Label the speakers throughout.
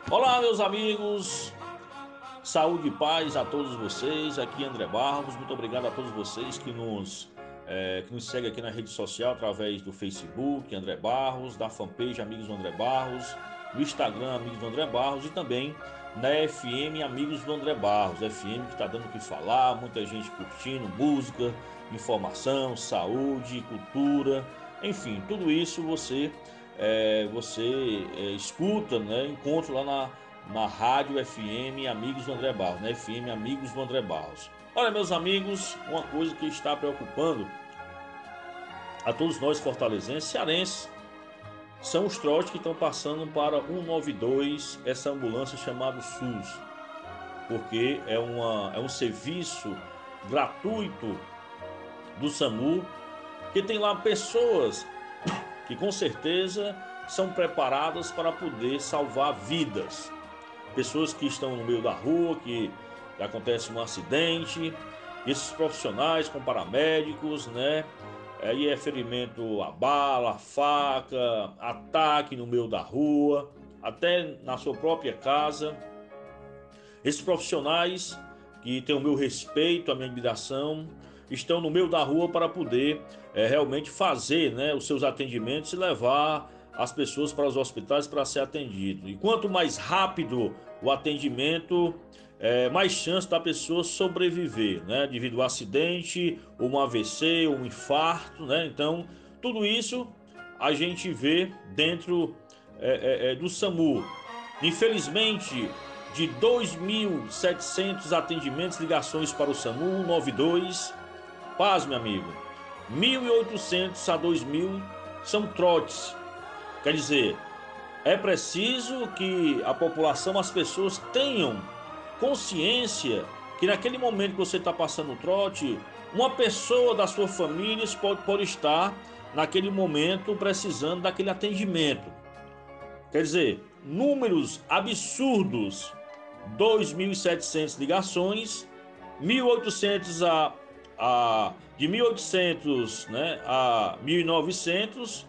Speaker 1: Olá, meus amigos, saúde e paz a todos vocês. Aqui é André Barros. Muito obrigado a todos vocês que nos seguem aqui na rede social através do Facebook, André Barros, da fanpage Amigos do André Barros, do Instagram Amigos do André Barros e também na FM Amigos do André Barros, FM que está dando o que falar, muita gente curtindo música, informação, saúde, cultura, enfim, tudo isso você escuta, né? Encontra lá na rádio FM Amigos do André Barros, na FM Amigos do André Barros. Olha, meus amigos, uma coisa que está preocupando a todos nós fortalezenses, cearenses, são os trotes que estão passando para 192, essa ambulância chamada SUS, porque é um serviço gratuito do SAMU, que tem lá pessoas que com certeza são preparadas para poder salvar vidas. Pessoas que estão no meio da rua, que acontece um acidente, esses profissionais com paramédicos, né? Aí é ferimento a bala, a faca, ataque no meio da rua, até na sua própria casa. Esses profissionais que têm o meu respeito, a minha admiração, estão no meio da rua para poder realmente fazer, né, os seus atendimentos e levar as pessoas para os hospitais para ser atendido. E quanto mais rápido o atendimento, mais chance da pessoa sobreviver, né, devido ao acidente, ou um AVC, ou um infarto, né? Então, tudo isso a gente vê dentro do SAMU. Infelizmente, de 2.700 atendimentos, ligações para o SAMU 192, paz, meu amigo, 1.800 a 2.000 são trotes. Quer dizer, é preciso que a população, as pessoas tenham consciência que naquele momento que você está passando o trote, uma pessoa da sua família pode estar naquele momento precisando daquele atendimento. Quer dizer, números absurdos, 2.700 ligações, 1.800 de 1.800, né, a 1.900,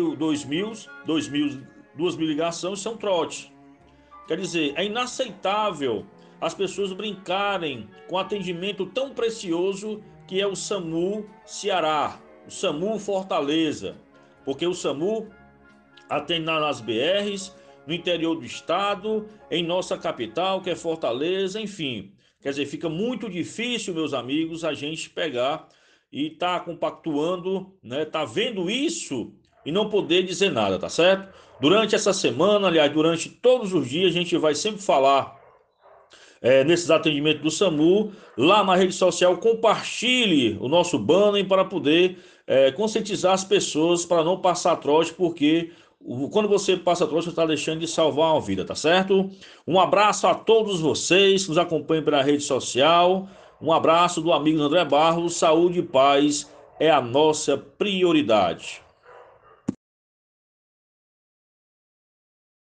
Speaker 1: 2.000 ligações são trote. Quer dizer, é inaceitável as pessoas brincarem com um atendimento tão precioso que é o SAMU Ceará, o SAMU Fortaleza, porque o SAMU atende nas BRs, no interior do estado, em nossa capital, que é Fortaleza, enfim. Quer dizer, fica muito difícil, meus amigos, a gente pegar e tá compactuando, né? Tá vendo isso e não poder dizer nada, tá certo? Durante essa semana, aliás, durante todos os dias, a gente vai sempre falar nesses atendimentos do SAMU, lá na rede social, compartilhe o nosso banner para poder conscientizar as pessoas para não passar trote, porque quando você passa trote, você está deixando de salvar uma vida, tá certo? Um abraço a todos vocês que nos acompanham pela rede social, um abraço do amigo André Barros, saúde e paz é a nossa prioridade.